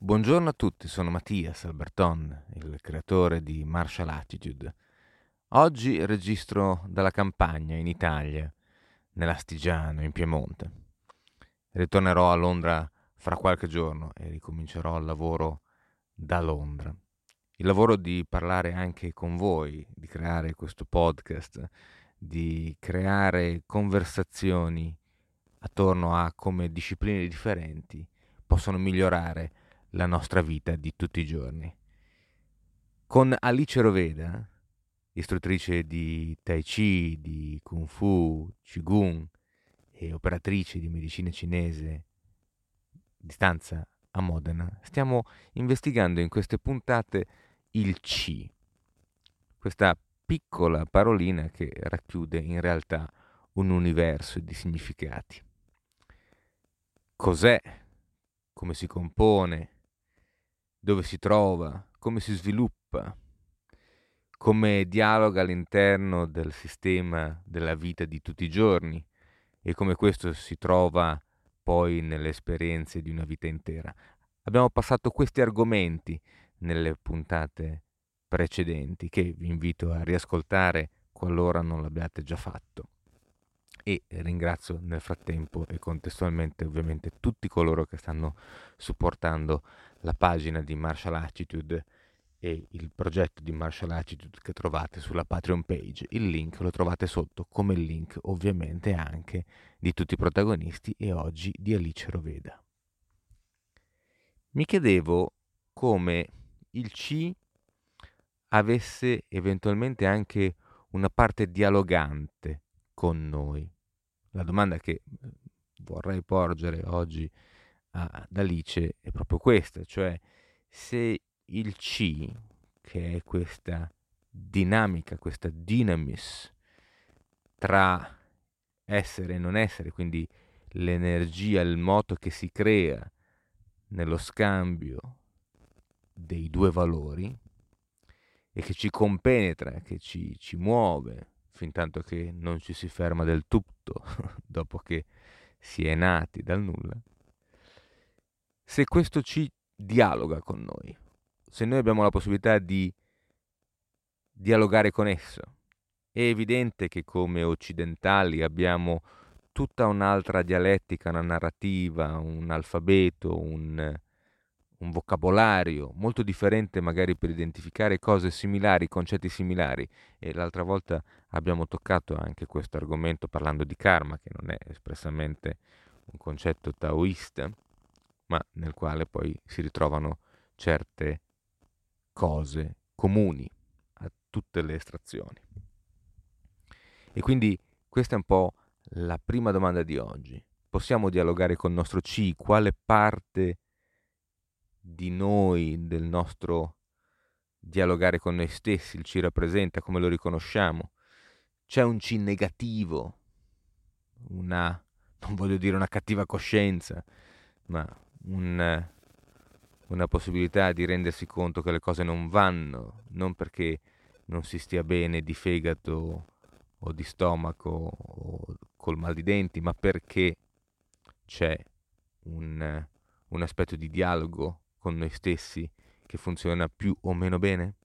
Buongiorno a tutti, sono Mattias Alberton, il creatore di Martial Attitude. Oggi registro dalla campagna in Italia, nell'Astigiano, in Piemonte. Ritornerò a Londra fra qualche giorno e ricomincerò il lavoro da Londra. Il lavoro di parlare anche con voi, di creare questo podcast, di creare conversazioni attorno a come discipline differenti possono migliorare la nostra vita di tutti i giorni. Con Alice Roveda, istruttrice di Tai Chi, di Kung Fu, Qigong e operatrice di medicina cinese di stanza a Modena, stiamo investigando in queste puntate il Qi, questa piccola parolina che racchiude in realtà un universo di significati. Cos'è? Come si compone? Dove si trova? Come si sviluppa? Come dialoga all'interno del sistema della vita di tutti i giorni e come questo si trova poi nelle esperienze di una vita intera. Abbiamo passato questi argomenti nelle puntate precedenti che vi invito a riascoltare qualora non l'abbiate già fatto. E ringrazio nel frattempo e contestualmente ovviamente tutti coloro che stanno supportando la pagina di Martial Attitude e il progetto di Martial Attitude che trovate sulla Patreon page. Il link lo trovate sotto, come il link ovviamente anche di tutti i protagonisti e oggi di Alice Roveda. Mi chiedevo come il C avesse eventualmente anche una parte dialogante con noi. La domanda che vorrei porgere oggi ad Alice è proprio questa, cioè se il C, che è questa dinamica, questa dynamis tra essere e non essere, quindi l'energia, il moto che si crea nello scambio dei due valori e che ci compenetra, che ci muove, fin tanto che non ci si ferma del tutto dopo che si è nati dal nulla, se questo ci dialoga con noi, se noi abbiamo la possibilità di dialogare con esso. È evidente che come occidentali abbiamo tutta un'altra dialettica, una narrativa, un alfabeto, un vocabolario molto differente magari per identificare cose similari, concetti similari. E l'altra volta abbiamo toccato anche questo argomento parlando di karma, che non è espressamente un concetto taoista, ma nel quale poi si ritrovano certe cose comuni a tutte le estrazioni. E quindi questa è un po' la prima domanda di oggi. Possiamo dialogare con il nostro C? Quale parte di noi, del nostro dialogare con noi stessi, il ci rappresenta? Come lo riconosciamo? C'è un C negativo, una, non voglio dire una cattiva coscienza, ma un, una possibilità di rendersi conto che le cose non vanno, non perché non si stia bene di fegato o di stomaco o col mal di denti, ma perché c'è un, un aspetto di dialogo con noi stessi che funziona più o meno bene?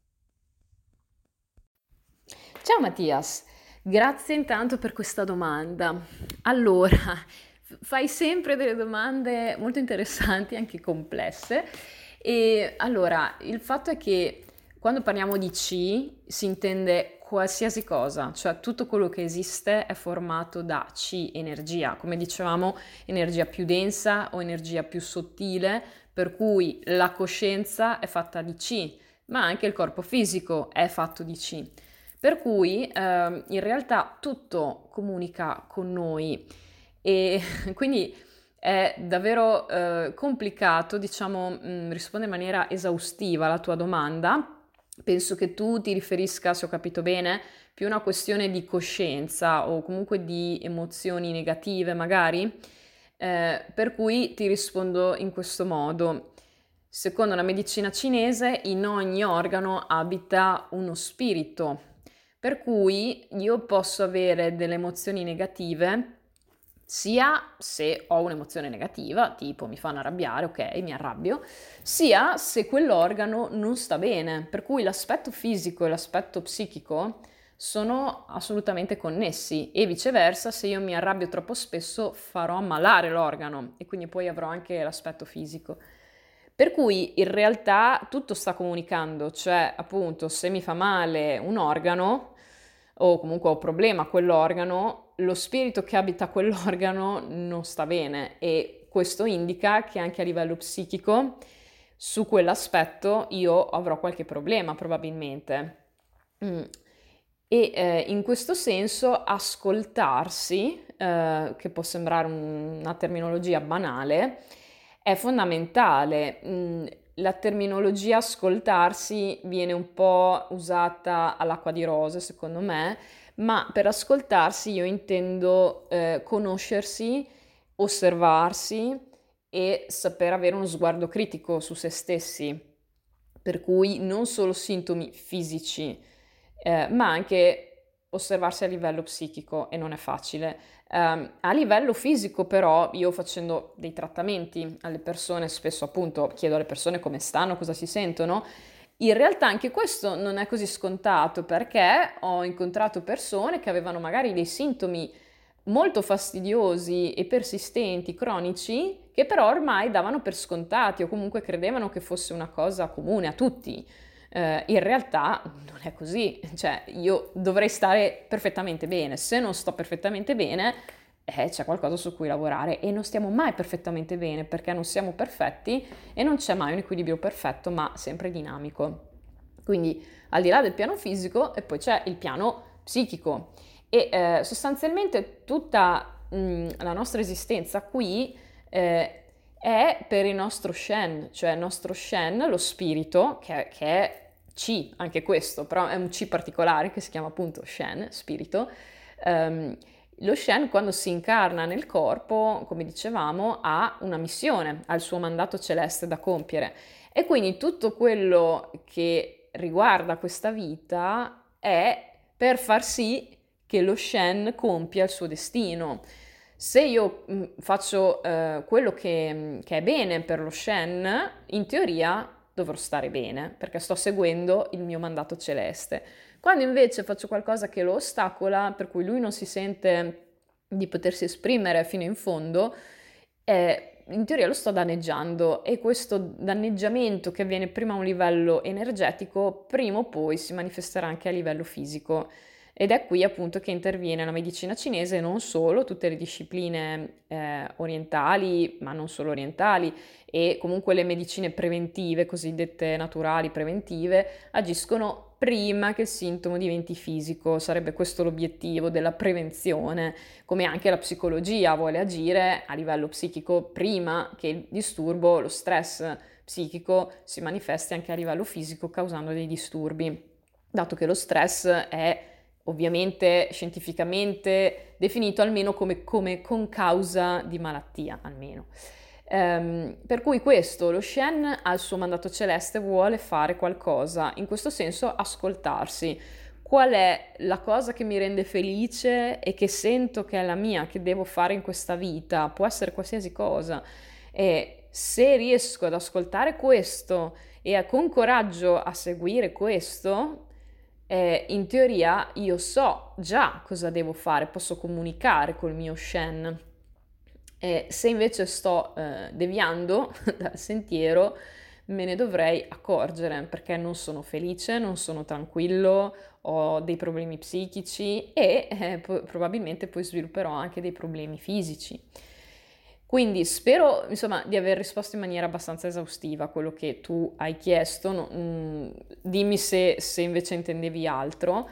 Ciao Mattias, grazie intanto per questa domanda. Allora, fai sempre delle domande molto interessanti, anche complesse. E allora, il fatto è che quando parliamo di C si intende qualsiasi cosa, cioè tutto quello che esiste è formato da C, energia, come dicevamo, energia più densa o energia più sottile, per cui la coscienza è fatta di C, ma anche il corpo fisico è fatto di C. Per cui in realtà tutto comunica con noi e quindi è davvero complicato, diciamo, rispondere in maniera esaustiva alla tua domanda. Penso che tu ti riferisca, se ho capito bene, più a una questione di coscienza o comunque di emozioni negative, magari. Per cui ti rispondo in questo modo. Secondo la medicina cinese, in ogni organo abita uno spirito, per cui io posso avere delle emozioni negative sia se ho un'emozione negativa, tipo mi fanno arrabbiare, ok, mi arrabbio, sia se quell'organo non sta bene, per cui l'aspetto fisico e l'aspetto psichico sono assolutamente connessi e viceversa, se io mi arrabbio troppo spesso farò ammalare l'organo e quindi poi avrò anche l'aspetto fisico. Per cui in realtà tutto sta comunicando, cioè appunto se mi fa male un organo o comunque ho problema a quell'organo, lo spirito che abita quell'organo non sta bene e questo indica che anche a livello psichico su quell'aspetto io avrò qualche problema probabilmente. Mm. E in questo senso ascoltarsi, che può sembrare una terminologia banale, è fondamentale. La terminologia ascoltarsi viene un po' usata all'acqua di rose, secondo me, ma per ascoltarsi io intendo conoscersi, osservarsi e saper avere uno sguardo critico su se stessi, per cui non solo sintomi fisici, ma anche osservarsi a livello psichico e non è facile. A livello fisico però io facendo dei trattamenti alle persone, spesso appunto chiedo alle persone come stanno, cosa si sentono, in realtà anche questo non è così scontato perché ho incontrato persone che avevano magari dei sintomi molto fastidiosi e persistenti, cronici, che però ormai davano per scontati o comunque credevano che fosse una cosa comune a tutti. In realtà non è così, cioè io dovrei stare perfettamente bene, se non sto perfettamente bene c'è qualcosa su cui lavorare e non stiamo mai perfettamente bene perché non siamo perfetti e non c'è mai un equilibrio perfetto ma sempre dinamico. Quindi al di là del piano fisico e poi c'è il piano psichico e sostanzialmente tutta la nostra esistenza qui è per il nostro Shen, cioè il nostro Shen, lo spirito, che è C, anche questo, però è un C particolare che si chiama appunto Shen, spirito. Lo Shen quando si incarna nel corpo, come dicevamo, ha una missione, ha il suo mandato celeste da compiere e quindi tutto quello che riguarda questa vita è per far sì che lo Shen compia il suo destino. Se io faccio quello che è bene per lo Shen, in teoria dovrò stare bene perché sto seguendo il mio mandato celeste. Quando invece faccio qualcosa che lo ostacola, per cui lui non si sente di potersi esprimere fino in fondo, in teoria lo sto danneggiando e questo danneggiamento che avviene prima a un livello energetico, prima o poi si manifesterà anche a livello fisico. Ed è qui appunto che interviene la medicina cinese e non solo, tutte le discipline orientali, ma non solo orientali, e comunque le medicine preventive, cosiddette naturali preventive, agiscono prima che il sintomo diventi fisico. Sarebbe questo l'obiettivo della prevenzione, come anche la psicologia vuole agire a livello psichico prima che il disturbo, lo stress psichico si manifesti anche a livello fisico causando dei disturbi, dato che lo stress è ovviamente scientificamente definito almeno come concausa di malattia, almeno. Per cui questo, lo Shen ha il suo mandato celeste, vuole fare qualcosa, in questo senso ascoltarsi. Qual è la cosa che mi rende felice e che sento che è la mia, che devo fare in questa vita? Può essere qualsiasi cosa. E se riesco ad ascoltare questo e con coraggio a seguire questo, in teoria io so già cosa devo fare, posso comunicare col mio Shen. Se invece sto deviando dal sentiero, me ne dovrei accorgere perché non sono felice, non sono tranquillo, ho dei problemi psichici e probabilmente poi svilupperò anche dei problemi fisici. Quindi spero, insomma, di aver risposto in maniera abbastanza esaustiva a quello che tu hai chiesto. Dimmi se invece intendevi altro.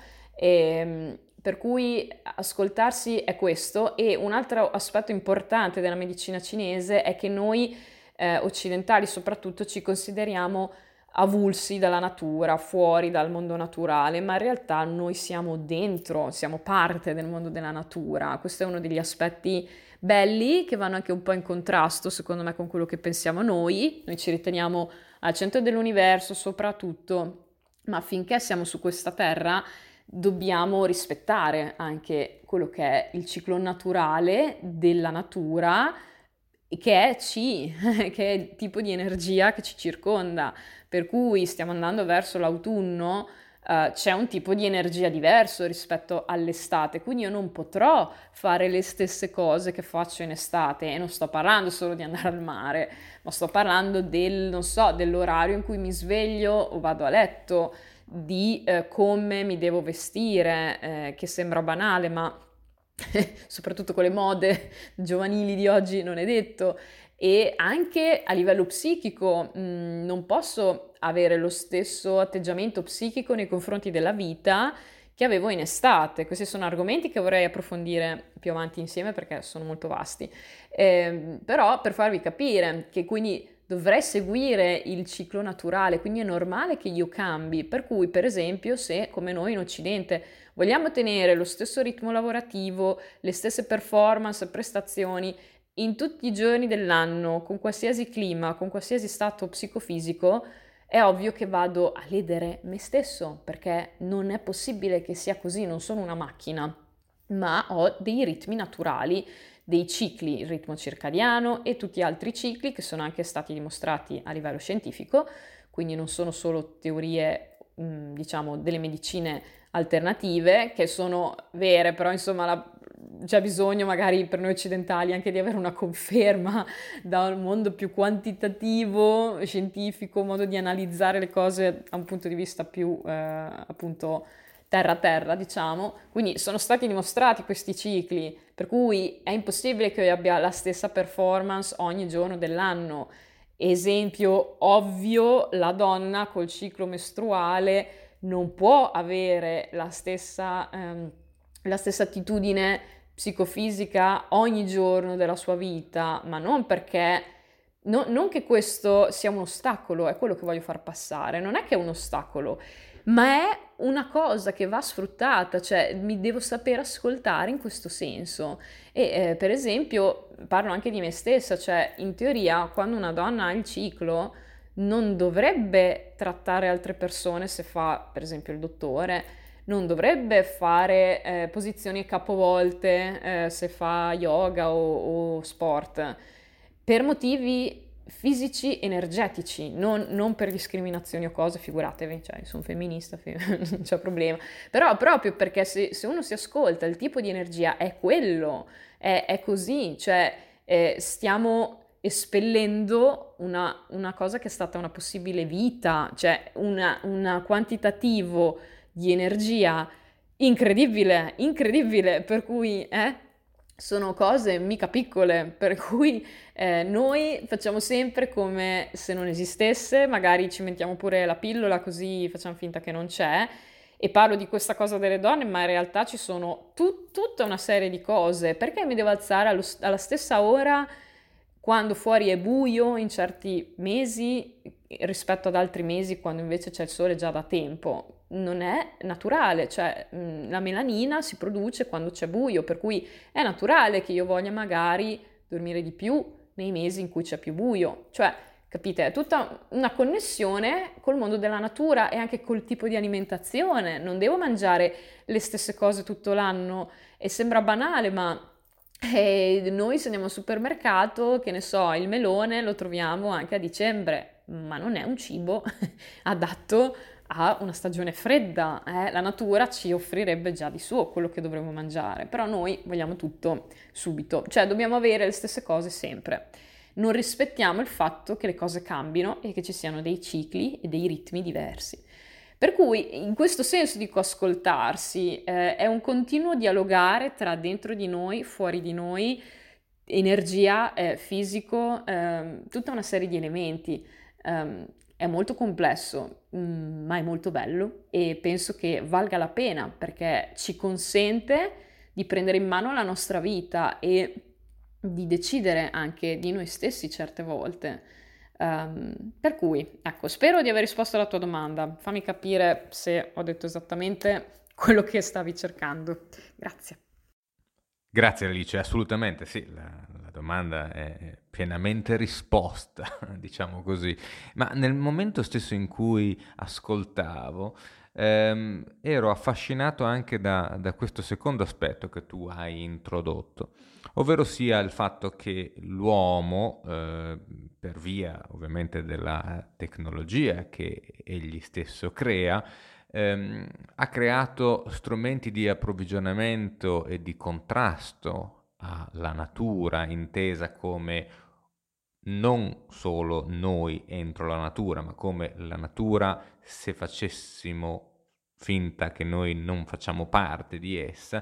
Per cui ascoltarsi è questo. E un altro aspetto importante della medicina cinese è che noi occidentali soprattutto ci consideriamo avulsi dalla natura, fuori dal mondo naturale, ma in realtà noi siamo dentro, siamo parte del mondo della natura. Questo è uno degli aspetti belli che vanno anche un po' in contrasto, secondo me, con quello che pensiamo noi. Noi ci riteniamo al centro dell'universo, soprattutto, ma finché siamo su questa terra dobbiamo rispettare anche quello che è il ciclo naturale della natura, che è C, che è il tipo di energia che ci circonda, per cui stiamo andando verso l'autunno, c'è un tipo di energia diverso rispetto all'estate, quindi io non potrò fare le stesse cose che faccio in estate, e non sto parlando solo di andare al mare, ma sto parlando non so, dell'orario in cui mi sveglio o vado a letto, di come mi devo vestire, che sembra banale, ma soprattutto con le mode giovanili di oggi non è detto. E anche a livello psichico, non posso avere lo stesso atteggiamento psichico nei confronti della vita che avevo in estate. Questi sono argomenti che vorrei approfondire più avanti insieme perché sono molto vasti. Però per farvi capire che quindi dovrei seguire il ciclo naturale, quindi è normale che io cambi. Per cui, per esempio, se come noi in Occidente vogliamo tenere lo stesso ritmo lavorativo, le stesse performance, prestazioni in tutti i giorni dell'anno, con qualsiasi clima, con qualsiasi stato psicofisico, è ovvio che vado a ledere me stesso, perché non è possibile che sia così, non sono una macchina, ma ho dei ritmi naturali, dei cicli, il ritmo circadiano e tutti gli altri cicli che sono anche stati dimostrati a livello scientifico, quindi non sono solo teorie, diciamo, delle medicine alternative che sono vere, però insomma c'è bisogno magari per noi occidentali anche di avere una conferma da un mondo più quantitativo, scientifico, modo di analizzare le cose da un punto di vista più appunto terra a terra, diciamo. Quindi sono stati dimostrati questi cicli, per cui è impossibile che io abbia la stessa performance ogni giorno dell'anno. Esempio ovvio, la donna col ciclo mestruale non può avere la stessa attitudine psicofisica ogni giorno della sua vita, ma non perché, non che questo sia un ostacolo, è quello che voglio far passare, non è che è un ostacolo, ma è una cosa che va sfruttata, cioè mi devo sapere ascoltare in questo senso. E per esempio parlo anche di me stessa, cioè in teoria quando una donna ha il ciclo non dovrebbe trattare altre persone se fa per esempio il dottore, non dovrebbe fare posizioni capovolte se fa yoga o sport, per motivi fisici, energetici, non per discriminazioni o cose, figuratevi, cioè sono femminista, non c'è problema, però proprio perché se uno si ascolta il tipo di energia è quello, è così, cioè stiamo espellendo una cosa che è stata una possibile vita, cioè un quantitativo di energia incredibile, incredibile, per cui sono cose mica piccole, per cui noi facciamo sempre come se non esistesse, magari ci mettiamo pure la pillola così facciamo finta che non c'è. E parlo di questa cosa delle donne, ma in realtà ci sono tutta una serie di cose. Perché mi devo alzare alla stessa ora quando fuori è buio in certi mesi rispetto ad altri mesi quando invece c'è il sole già da tempo? Non è naturale, cioè la melanina si produce quando c'è buio, per cui è naturale che io voglia magari dormire di più nei mesi in cui c'è più buio. Cioè, capite, è tutta una connessione col mondo della natura e anche col tipo di alimentazione. Non devo mangiare le stesse cose tutto l'anno e sembra banale, ma noi se andiamo al supermercato, che ne so, il melone lo troviamo anche a dicembre, ma non è un cibo adatto a una stagione fredda. La natura ci offrirebbe già di suo quello che dovremmo mangiare, però noi vogliamo tutto subito, cioè dobbiamo avere le stesse cose sempre. Non rispettiamo il fatto che le cose cambino e che ci siano dei cicli e dei ritmi diversi. Per cui in questo senso dico ascoltarsi, è un continuo dialogare tra dentro di noi, fuori di noi, energia, fisico, tutta una serie di elementi. È molto complesso, ma è molto bello e penso che valga la pena perché ci consente di prendere in mano la nostra vita e di decidere anche di noi stessi certe volte. Per cui, ecco, spero di aver risposto alla tua domanda. Fammi capire se ho detto esattamente quello che stavi cercando. Grazie. Grazie Alice, assolutamente sì, la domanda è pienamente risposta, diciamo così, ma nel momento stesso in cui ascoltavo, ero affascinato anche da questo secondo aspetto che tu hai introdotto, ovvero sia il fatto che l'uomo, per via ovviamente della tecnologia che egli stesso crea, ha creato strumenti di approvvigionamento e di contrasto alla natura, intesa come non solo noi entro la natura, ma come la natura se facessimo finta che noi non facciamo parte di essa,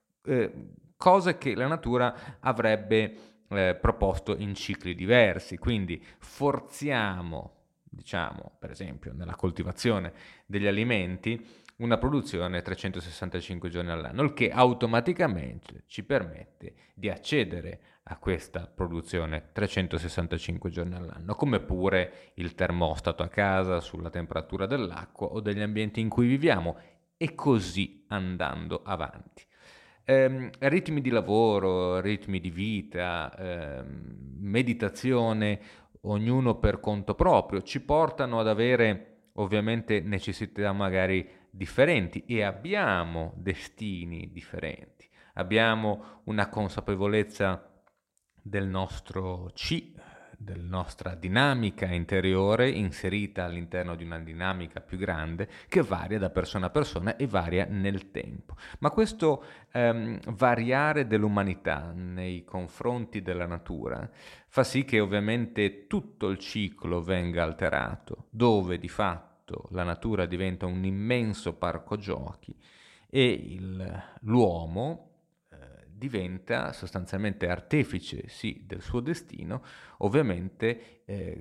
cose che la natura avrebbe proposto in cicli diversi. Quindi forziamo, diciamo, per esempio, nella coltivazione degli alimenti, una produzione 365 giorni all'anno, il che automaticamente ci permette di accedere a questa produzione 365 giorni all'anno, come pure il termostato a casa sulla temperatura dell'acqua o degli ambienti in cui viviamo, e così andando avanti. Ritmi di lavoro, ritmi di vita, meditazione, ognuno per conto proprio, ci portano ad avere ovviamente necessità magari differenti e abbiamo destini differenti. Abbiamo una consapevolezza del nostro C, della nostra dinamica interiore inserita all'interno di una dinamica più grande che varia da persona a persona e varia nel tempo. Ma questo variare dell'umanità nei confronti della natura fa sì che ovviamente tutto il ciclo venga alterato, dove di fatto la natura diventa un immenso parco giochi e l'uomo diventa sostanzialmente artefice, sì, del suo destino, ovviamente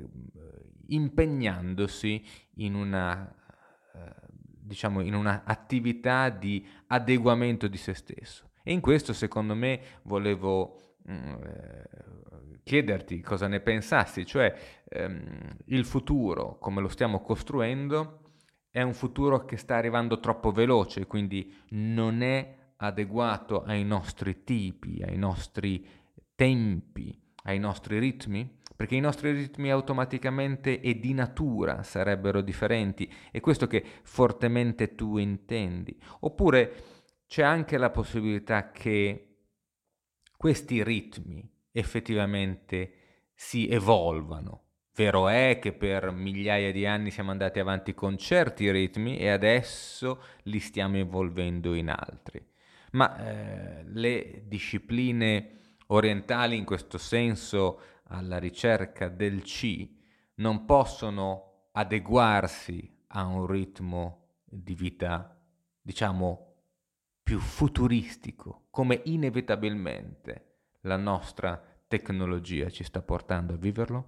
impegnandosi in diciamo, in una attività di adeguamento di se stesso. E in questo, secondo me, volevo chiederti cosa ne pensassi, cioè il futuro, come lo stiamo costruendo, è un futuro che sta arrivando troppo veloce, quindi non è adeguato ai nostri tipi, ai nostri tempi, ai nostri ritmi? Perché i nostri ritmi automaticamente e di natura sarebbero differenti, è questo che fortemente tu intendi. Oppure c'è anche la possibilità che questi ritmi effettivamente si evolvano. Vero è che per migliaia di anni siamo andati avanti con certi ritmi e adesso li stiamo evolvendo in altri. Ma le discipline orientali in questo senso alla ricerca del C non possono adeguarsi a un ritmo di vita, diciamo, più futuristico, come inevitabilmente la nostra tecnologia ci sta portando a viverlo?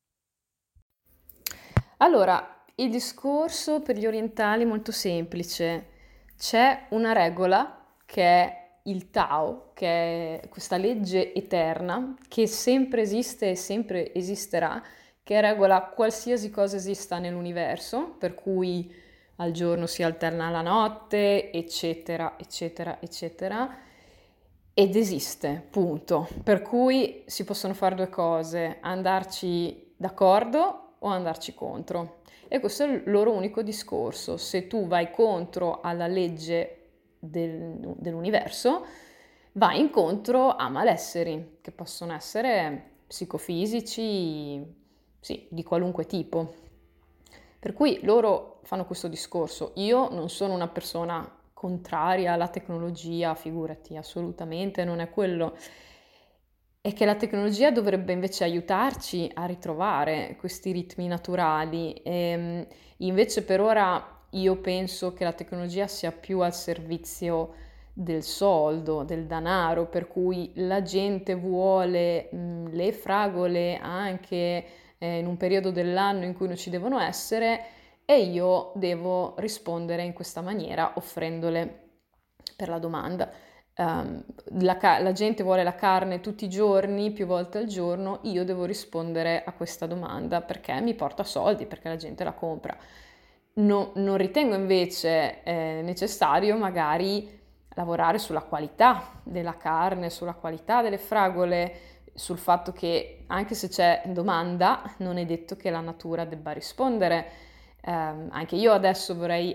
Allora, il discorso per gli orientali è molto semplice. C'è una regola che è il Tao, che è questa legge eterna che sempre esiste e sempre esisterà, che regola qualsiasi cosa esista nell'universo, per cui al giorno si alterna la notte, eccetera, eccetera, eccetera. Ed esiste, punto. Per cui si possono fare due cose, andarci d'accordo o andarci contro. E questo è il loro unico discorso. Se tu vai contro alla legge dell'universo, vai incontro a malesseri, che possono essere psicofisici, sì, di qualunque tipo. Per cui loro fanno questo discorso. Io non sono una persona contraria alla tecnologia, figurati, assolutamente non è quello. È che la tecnologia dovrebbe invece aiutarci a ritrovare questi ritmi naturali. Invece per ora io penso che la tecnologia sia più al servizio del soldo, del denaro, per cui la gente vuole le fragole anche in un periodo dell'anno in cui non ci devono essere e io devo rispondere in questa maniera offrendole per la domanda. La gente vuole la carne tutti i giorni, più volte al giorno, io devo rispondere a questa domanda perché mi porta soldi, perché la gente la compra. Non ritengo invece necessario magari lavorare sulla qualità della carne, sulla qualità delle fragole, sul fatto che anche se c'è domanda, non è detto che la natura debba rispondere. Anche io adesso vorrei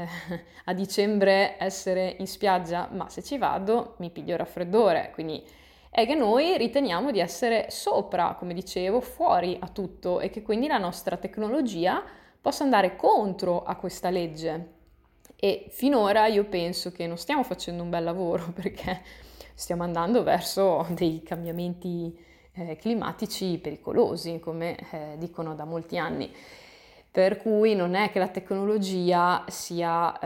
a dicembre essere in spiaggia, ma se ci vado mi piglio il raffreddore, quindi è che noi riteniamo di essere sopra, come dicevo, fuori a tutto e che quindi la nostra tecnologia possa andare contro a questa legge. E finora io penso che non stiamo facendo un bel lavoro perché stiamo andando verso dei cambiamenti climatici pericolosi, come dicono da molti anni. Per cui non è che la tecnologia sia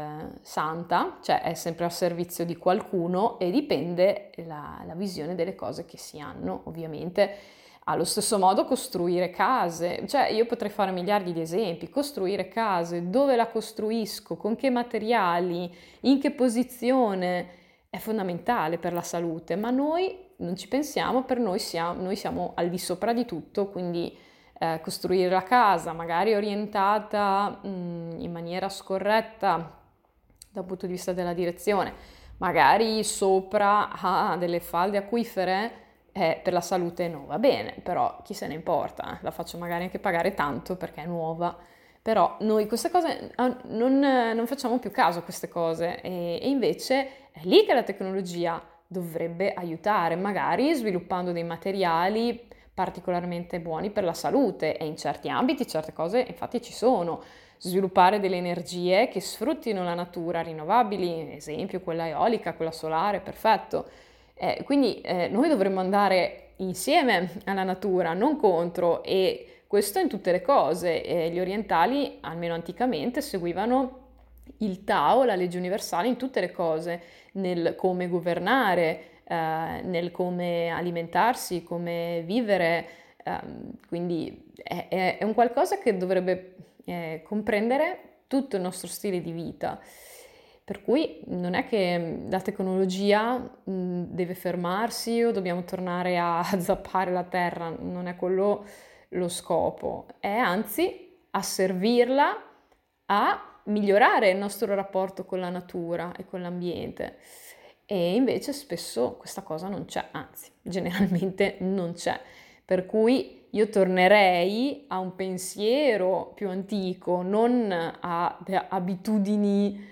santa, cioè è sempre al servizio di qualcuno e dipende la visione delle cose che si hanno, ovviamente. Allo stesso modo costruire case, cioè io potrei fare miliardi di esempi, costruire case, dove la costruisco, con che materiali, in che posizione, è fondamentale per la salute, ma noi non ci pensiamo, per noi siamo al di sopra di tutto, quindi costruire la casa, magari orientata in maniera scorretta dal punto di vista della direzione, magari sopra a delle falde acquifere, per la salute no, va bene, però chi se ne importa, la faccio magari anche pagare tanto perché è nuova, però noi queste cose non facciamo più caso a queste cose e invece è lì che la tecnologia dovrebbe aiutare, magari sviluppando dei materiali particolarmente buoni per la salute e in certi ambiti certe cose infatti ci sono. Sviluppare delle energie che sfruttino la natura, rinnovabili, esempio quella eolica, quella solare, perfetto. Quindi noi dovremmo andare insieme alla natura, non contro, e questo in tutte le cose. Gli orientali, almeno anticamente, seguivano il Tao, la legge universale, in tutte le cose, nel come governare, nel come alimentarsi, come vivere. Quindi è un qualcosa che dovrebbe comprendere tutto il nostro stile di vita. Per cui non è che la tecnologia deve fermarsi o dobbiamo tornare a zappare la terra, non è quello lo scopo, è anzi asservirla a migliorare il nostro rapporto con la natura e con l'ambiente. E invece spesso questa cosa non c'è, anzi, generalmente non c'è. Per cui io tornerei a un pensiero più antico, non a abitudini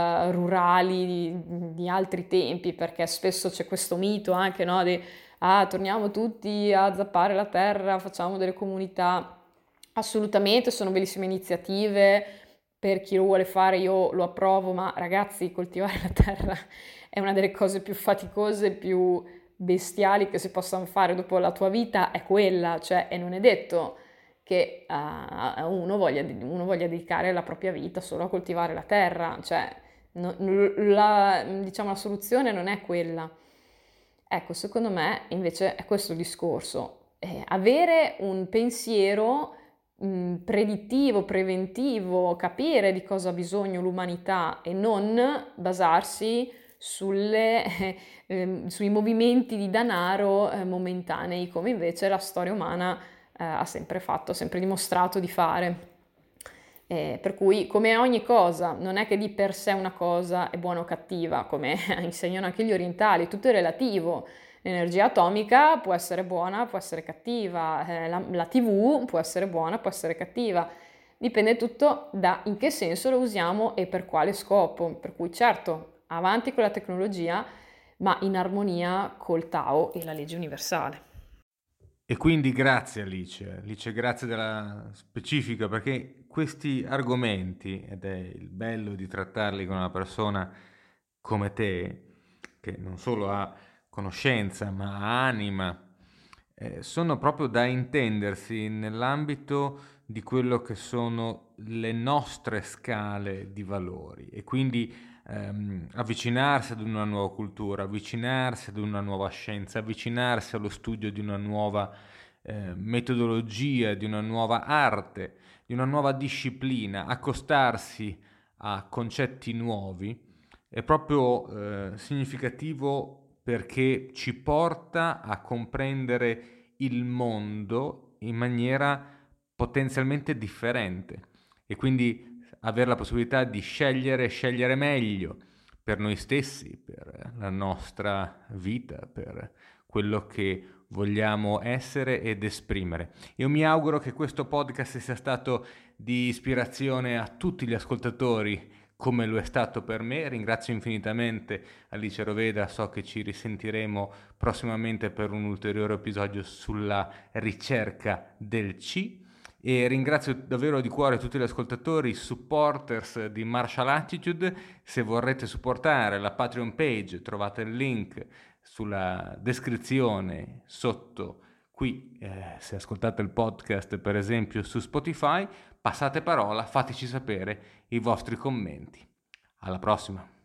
rurali di altri tempi, perché spesso c'è questo mito anche, no, di torniamo tutti a zappare la terra, facciamo delle comunità. Assolutamente, sono bellissime iniziative, per chi lo vuole fare io lo approvo, ma ragazzi, coltivare la terra è una delle cose più faticose, più bestiali che si possano fare dopo la tua vita, è quella, cioè, e non è detto che uno voglia dedicare la propria vita solo a coltivare la terra, cioè diciamo, la soluzione non è quella. Ecco, secondo me invece è questo il discorso, avere un pensiero predittivo, preventivo, capire di cosa ha bisogno l'umanità e non basarsi sui movimenti di denaro momentanei, come invece la storia umana ha sempre fatto, ha sempre dimostrato di fare. Per cui, come ogni cosa, non è che di per sé una cosa è buona o cattiva, come insegnano anche gli orientali, tutto è relativo. L'energia atomica può essere buona, può essere cattiva, la TV può essere buona, può essere cattiva. Dipende tutto da in che senso lo usiamo e per quale scopo. Per cui, certo, avanti con la tecnologia, ma in armonia col Tao e la legge universale. E quindi grazie Alice, Alice grazie della specifica perché questi argomenti, ed è il bello di trattarli con una persona come te, che non solo ha conoscenza ma ha anima, sono proprio da intendersi nell'ambito di quello che sono le nostre scale di valori e quindi avvicinarsi ad una nuova cultura, avvicinarsi ad una nuova scienza, avvicinarsi allo studio di una nuova metodologia, di una nuova arte, di una nuova disciplina, accostarsi a concetti nuovi è proprio significativo perché ci porta a comprendere il mondo in maniera potenzialmente differente e quindi avere la possibilità di scegliere meglio per noi stessi, per la nostra vita, per quello che vogliamo essere ed esprimere. Io mi auguro che questo podcast sia stato di ispirazione a tutti gli ascoltatori come lo è stato per me. Ringrazio infinitamente Alice Roveda, so che ci risentiremo prossimamente per un ulteriore episodio sulla ricerca del C. E ringrazio davvero di cuore tutti gli ascoltatori, supporters di Martial Attitude. Se vorrete supportare la Patreon page trovate il link sulla descrizione sotto qui, se ascoltate il podcast per esempio su Spotify, passate parola, fateci sapere i vostri commenti. Alla prossima!